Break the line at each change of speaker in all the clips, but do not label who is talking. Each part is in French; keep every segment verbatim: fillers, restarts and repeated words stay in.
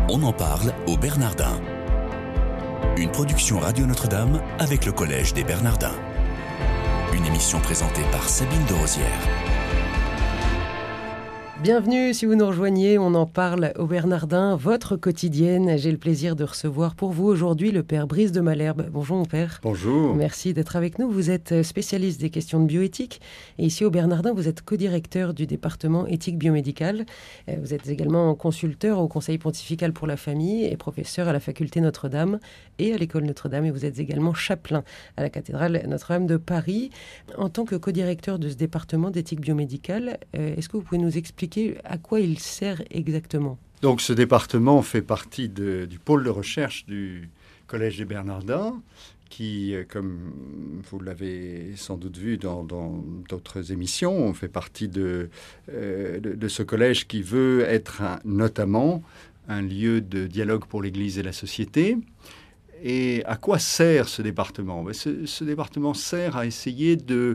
On en parle aux Bernardins. Une production Radio Notre-Dame avec le Collège des Bernardins. Une émission présentée par Sabine de Rosière.
Bienvenue, si vous nous rejoignez, on en parle aux Bernardins, votre quotidienne. J'ai le plaisir de recevoir pour vous aujourd'hui le père Brice de Malherbe. Bonjour mon père.
Bonjour.
Merci d'être avec nous. Vous êtes spécialiste des questions de bioéthique et ici au Bernardin, vous êtes co-directeur du département éthique biomédicale. Vous êtes également consulteur au Conseil pontifical pour la famille et professeur à la faculté Notre-Dame et à l'école Notre-Dame. Et vous êtes également chapelain à la cathédrale Notre-Dame de Paris. En tant que co-directeur de ce département d'éthique biomédicale, est-ce que vous pouvez nous expliquer à quoi il sert exactement?
Donc ce département fait partie de, du pôle de recherche du Collège des Bernardins, qui, comme vous l'avez sans doute vu dans, dans d'autres émissions, fait partie de, euh, de, de ce collège qui veut être un, notamment un lieu de dialogue pour l'Église et la société. Et à quoi sert ce département? ce, ce département sert à essayer de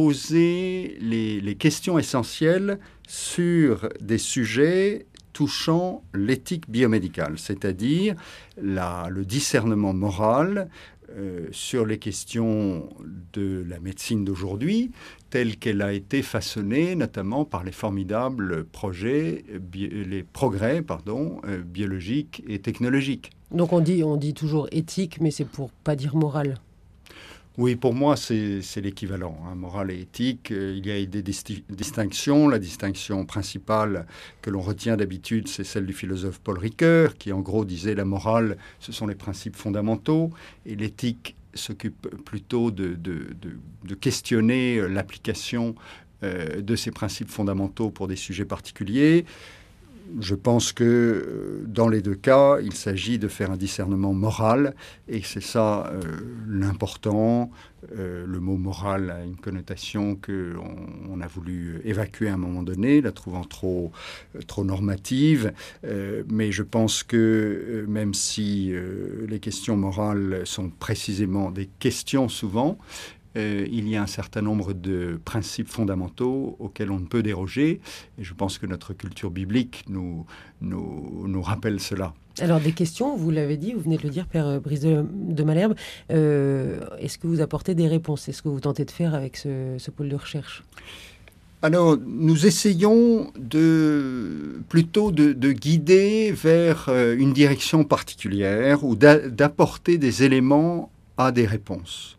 poser les, les questions essentielles sur des sujets touchant l'éthique biomédicale, c'est-à-dire la, le discernement moral euh, sur les questions de la médecine d'aujourd'hui, telle qu'elle a été façonnée notamment par les formidables projets, bi- les progrès pardon, euh, biologiques et technologiques.
Donc on dit, on dit toujours éthique, mais c'est pour pas dire morale.
Oui, pour moi, c'est, c'est l'équivalent. Hein. Morale et éthique, euh, il y a des disti- distinctions. La distinction principale que l'on retient d'habitude, c'est celle du philosophe Paul Ricoeur, qui en gros disait la morale, ce sont les principes fondamentaux, et l'éthique s'occupe plutôt de, de, de, de questionner l'application euh, de ces principes fondamentaux pour des sujets particuliers. Je pense que dans les deux cas, il s'agit de faire un discernement moral et c'est ça euh, l'important. Euh, le mot moral a une connotation qu'on on a voulu évacuer à un moment donné, la trouvant trop, euh, trop normative. Euh, mais je pense que euh, même si euh, les questions morales sont précisément des questions souvent, Euh, il y a un certain nombre de principes fondamentaux auxquels on ne peut déroger. Et je pense que notre culture biblique nous, nous, nous rappelle cela.
Alors des questions, vous l'avez dit, vous venez de le dire, père Brice de, de Malherbe. Euh, est-ce que vous apportez des réponses? C'est ce que vous tentez de faire avec ce, ce pôle de recherche?
Alors, nous essayons de, plutôt de, de guider vers une direction particulière ou d'a, d'apporter des éléments à des réponses.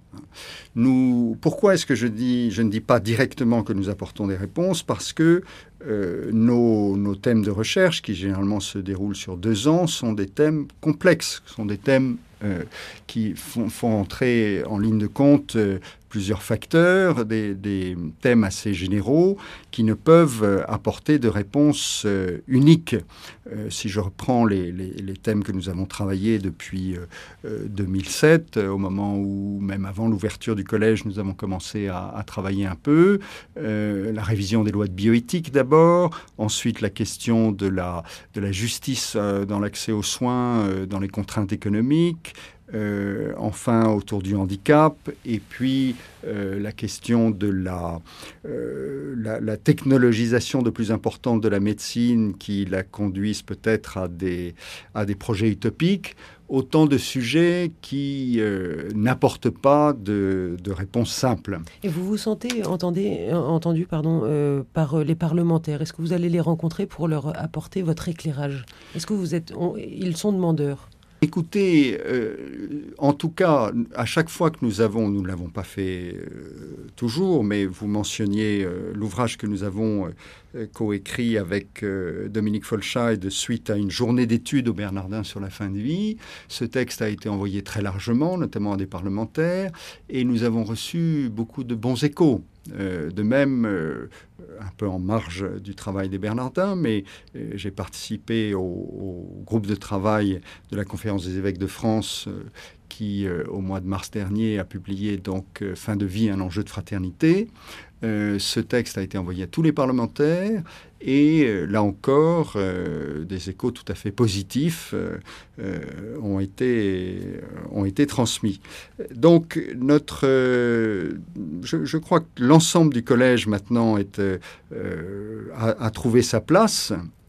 Nous, pourquoi est-ce que je dis, je ne dis pas directement que nous apportons des réponses? Parce que euh, nos, nos thèmes de recherche, qui généralement se déroulent sur deux ans, sont des thèmes complexes, sont des thèmes euh, qui font, font entrer en ligne de compte euh, plusieurs facteurs, des, des thèmes assez généraux qui ne peuvent euh, apporter de réponses euh, uniques. Euh, si je reprends les, les, les thèmes que nous avons travaillés depuis euh, deux mille sept, euh, au moment où, même avant l'ouverture du collège, nous avons commencé à, à travailler un peu, euh, la révision des lois de bioéthique d'abord, ensuite la question de la, de la justice euh, dans l'accès aux soins, euh, dans les contraintes économiques, Euh, enfin autour du handicap, et puis euh, la question de la, euh, la, la technologisation de plus importante de la médecine qui la conduise peut-être à des, à des projets utopiques. Autant de sujets qui euh, n'apportent pas de, de réponse simple.
Et vous vous sentez entendez, entendu pardon, euh, par les parlementaires? Est-ce que vous allez les rencontrer pour leur apporter votre éclairage? Est-ce que vous êtes, on, ils sont demandeurs?
Écoutez, euh, en tout cas, à chaque fois que nous avons, nous ne l'avons pas fait euh, toujours, mais vous mentionniez euh, l'ouvrage que nous avons euh, coécrit avec euh, Dominique Folscheid suite à une journée d'études au Bernardin sur la fin de vie. Ce texte a été envoyé très largement, notamment à des parlementaires, et nous avons reçu beaucoup de bons échos. Euh, de même, euh, un peu en marge du travail des Bernardins, mais euh, j'ai participé au, au groupe de travail de la Conférence des évêques de France euh, qui, euh, au mois de mars dernier, a publié donc euh, Fin de vie, un enjeu de fraternité. Euh, ce texte a été envoyé à tous les parlementaires et euh, là encore, euh, des échos tout à fait positifs euh, euh, ont été, ont été transmis. Donc, notre, euh, je, je crois que l'ensemble du collège maintenant est, euh, a, a trouvé sa place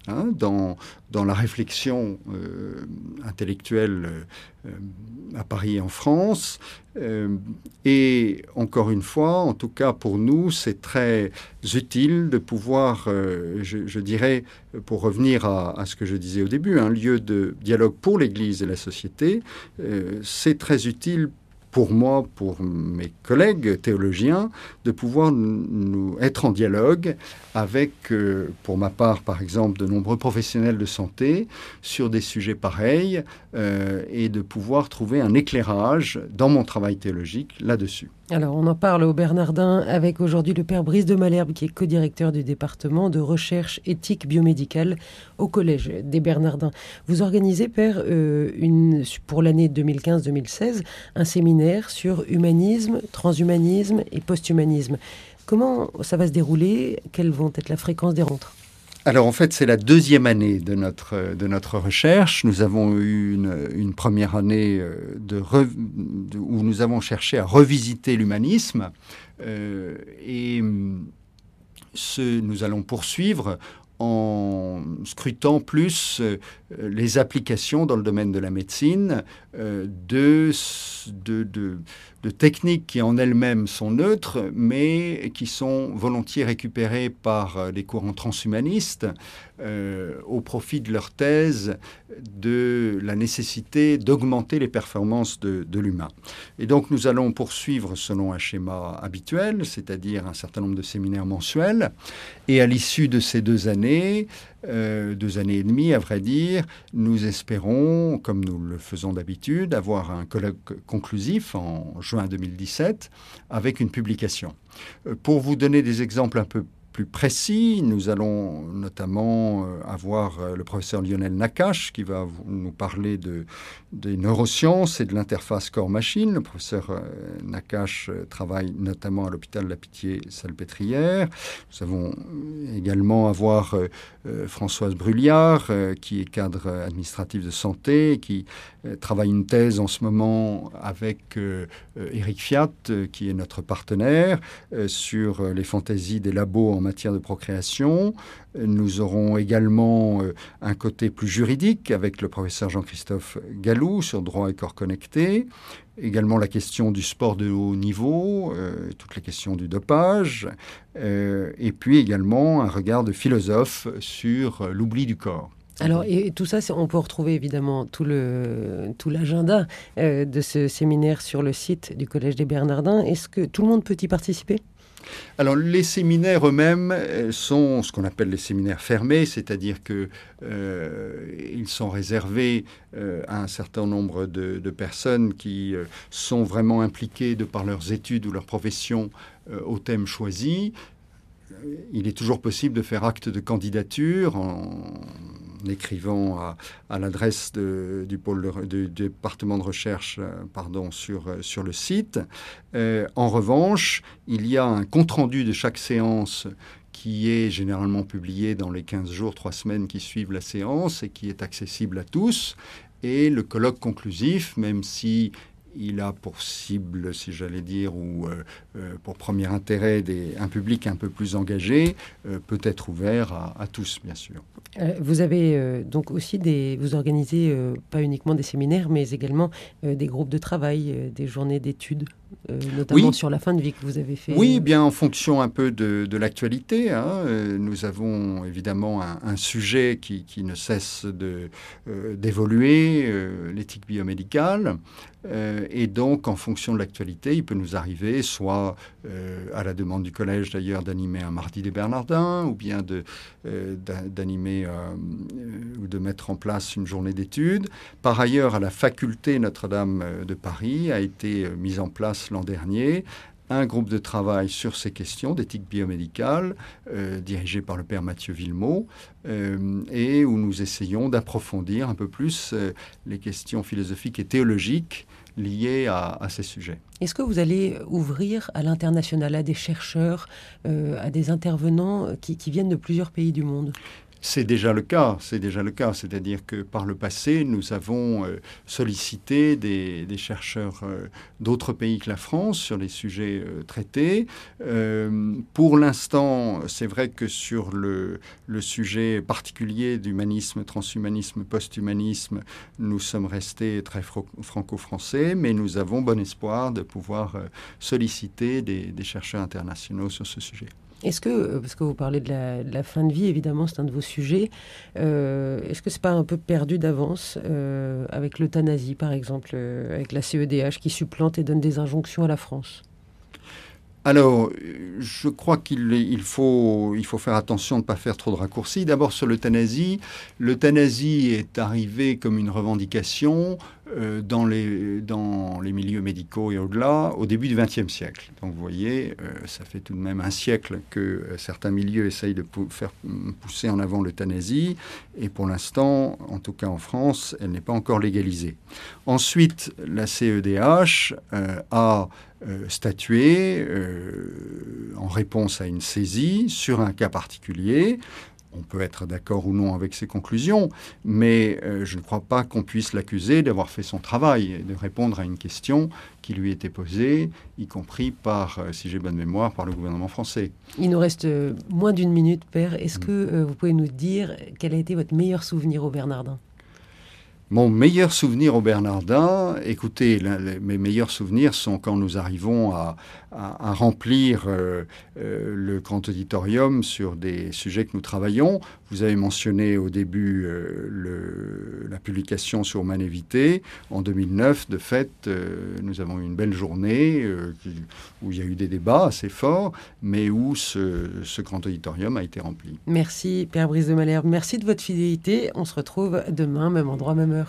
hein, dans, dans la réflexion euh, intellectuelle euh, à Paris et en France. Euh, et encore une fois, en tout cas pour nous, c'est très utile de pouvoir, euh, je, je dirais, pour revenir à, à ce que je disais au début, un lieu de dialogue pour l'Église et la société, euh, c'est très utile pour moi, pour mes collègues théologiens, de pouvoir nous être en dialogue avec, euh, pour ma part, par exemple, de nombreux professionnels de santé sur des sujets pareils euh, et de pouvoir trouver un éclairage dans mon travail théologique là-dessus.
Alors, on en parle au Bernardin avec aujourd'hui le père Brice de Malherbe, qui est co-directeur du département de recherche éthique biomédicale au Collège des Bernardins. Vous organisez, père, euh, une, pour l'année deux mille quinze deux mille seize, un séminaire sur humanisme, transhumanisme et posthumanisme. Comment ça va se dérouler? Quelles vont être la fréquence des rencontres?
Alors en fait, c'est la deuxième année de notre, de notre recherche. Nous avons eu une, une première année de re, de, où nous avons cherché à revisiter l'humanisme euh, et ce, nous allons poursuivre en scrutant plus euh, les applications dans le domaine de la médecine euh, de, de, de, de techniques qui en elles-mêmes sont neutres, mais qui sont volontiers récupérées par les courants transhumanistes euh, au profit de leur thèse de la nécessité d'augmenter les performances de, de l'humain. Et donc nous allons poursuivre selon un schéma habituel, c'est-à-dire un certain nombre de séminaires mensuels, et à l'issue de ces deux années, Euh, deux années et demie, à vrai dire, nous espérons, comme nous le faisons d'habitude, avoir un colloque conclusif en juin deux mille dix-sept avec une publication. Euh, pour vous donner des exemples un peu plus précis, nous allons notamment euh, avoir euh, le professeur Lionel Nakache qui va vous, nous parler de, des neurosciences et de l'interface corps-machine. Le professeur euh, Nakache euh, travaille notamment à l'hôpital de la Pitié-Salpêtrière. Nous allons également avoir euh, euh, Françoise Brulliard, euh, qui est cadre administratif de santé, qui euh, travaille une thèse en ce moment avec euh, Éric Fiat, euh, qui est notre partenaire, euh, sur euh, les fantaisies des labos en matière de procréation. Nous aurons également euh, un côté plus juridique avec le professeur Jean-Christophe Gallou sur droit et corps connectés. Également la question du sport de haut niveau, euh, toutes les questions du dopage. Euh, et puis également un regard de philosophe sur euh, l'oubli du corps.
Alors, et tout ça, on peut retrouver évidemment tout, le, tout l'agenda euh, de ce séminaire sur le site du Collège des Bernardins. Est-ce que tout le monde peut y participer ?
Alors, les séminaires eux-mêmes sont ce qu'on appelle les séminaires fermés, c'est-à-dire qu'ils euh, sont réservés euh, à un certain nombre de, de personnes qui euh, sont vraiment impliquées de par leurs études ou leur profession euh, au thème choisi. Il est toujours possible de faire acte de candidature en écrivant à, à l'adresse de, du, pôle de, du département de recherche euh, pardon, sur, sur le site. Euh, en revanche, il y a un compte-rendu de chaque séance qui est généralement publié dans les quinze jours, trois semaines qui suivent la séance et qui est accessible à tous. Et le colloque conclusif, même si il a pour cible, si j'allais dire, ou euh, euh, pour premier intérêt des, un public un peu plus engagé, euh, peut être ouvert à, à tous, bien sûr.
Euh, vous avez euh, donc aussi des, vous organisez euh, pas uniquement des séminaires, mais également euh, des groupes de travail, euh, des journées d'études, euh, notamment oui. sur la fin de vie que vous avez fait.
Oui, bien en fonction un peu de, de l'actualité. Hein, euh, nous avons évidemment un, un sujet qui, qui ne cesse de, euh, d'évoluer, euh, l'éthique biomédicale. Euh, et donc, en fonction de l'actualité, il peut nous arriver, soit euh, à la demande du collège d'ailleurs, d'animer un mardi des Bernardins, ou bien de, euh, d'animer euh, ou de mettre en place une journée d'études. Par ailleurs, à la faculté Notre-Dame de Paris a été euh, mise en place l'an dernier un groupe de travail sur ces questions d'éthique biomédicale, euh, dirigé par le père Mathieu Villemot, euh, et où nous essayons d'approfondir un peu plus euh, les questions philosophiques et théologiques liées à, à ces sujets.
Est-ce que vous allez ouvrir à l'international, à des chercheurs, euh, à des intervenants qui, qui viennent de plusieurs pays du monde ?
C'est déjà le cas, c'est déjà le cas. C'est-à-dire que par le passé, nous avons euh, sollicité des, des chercheurs euh, d'autres pays que la France sur les sujets euh, traités. Euh, pour l'instant, c'est vrai que sur le, le sujet particulier d'humanisme, transhumanisme, post-humanisme, nous sommes restés très fro- franco-français, mais nous avons bon espoir de pouvoir euh, solliciter des, des chercheurs internationaux sur ce sujet.
Est-ce que, parce que vous parlez de la, de la fin de vie, évidemment, c'est un de vos sujets, euh, est-ce que c'est pas un peu perdu d'avance euh, avec l'euthanasie, par exemple, euh, avec la C E D H qui supplante et donne des injonctions à la France ?
Alors, je crois qu'il il faut, il faut faire attention de ne pas faire trop de raccourcis. D'abord, sur l'euthanasie, l'euthanasie est arrivée comme une revendication euh, dans, les, dans les milieux médicaux et au-delà au début du vingtième siècle. Donc, vous voyez, euh, ça fait tout de même un siècle que euh, certains milieux essayent de pou- faire pousser en avant l'euthanasie. Et pour l'instant, en tout cas en France, elle n'est pas encore légalisée. Ensuite, la C E D H euh, a Euh, statuer euh, en réponse à une saisie sur un cas particulier. On peut être d'accord ou non avec ses conclusions, mais euh, je ne crois pas qu'on puisse l'accuser d'avoir fait son travail et de répondre à une question qui lui était posée, y compris par, euh, si j'ai bonne mémoire, par le gouvernement français.
Il nous reste euh, moins d'une minute, Père. Est-ce mmh. que euh, vous pouvez nous dire quel a été votre meilleur souvenir au Bernardin ?
Mon meilleur souvenir au Bernardin, écoutez, la, la, mes meilleurs souvenirs sont quand nous arrivons à, à, à remplir euh, euh, le grand auditorium sur des sujets que nous travaillons. Vous avez mentionné au début euh, le, la publication sur Manévité. En deux mille neuf, de fait, euh, nous avons eu une belle journée euh, qui, où il y a eu des débats assez forts, mais où ce, ce grand auditorium a été rempli.
Merci, Père Brice de Malherbe. Merci de votre fidélité. On se retrouve demain, même endroit, même heure.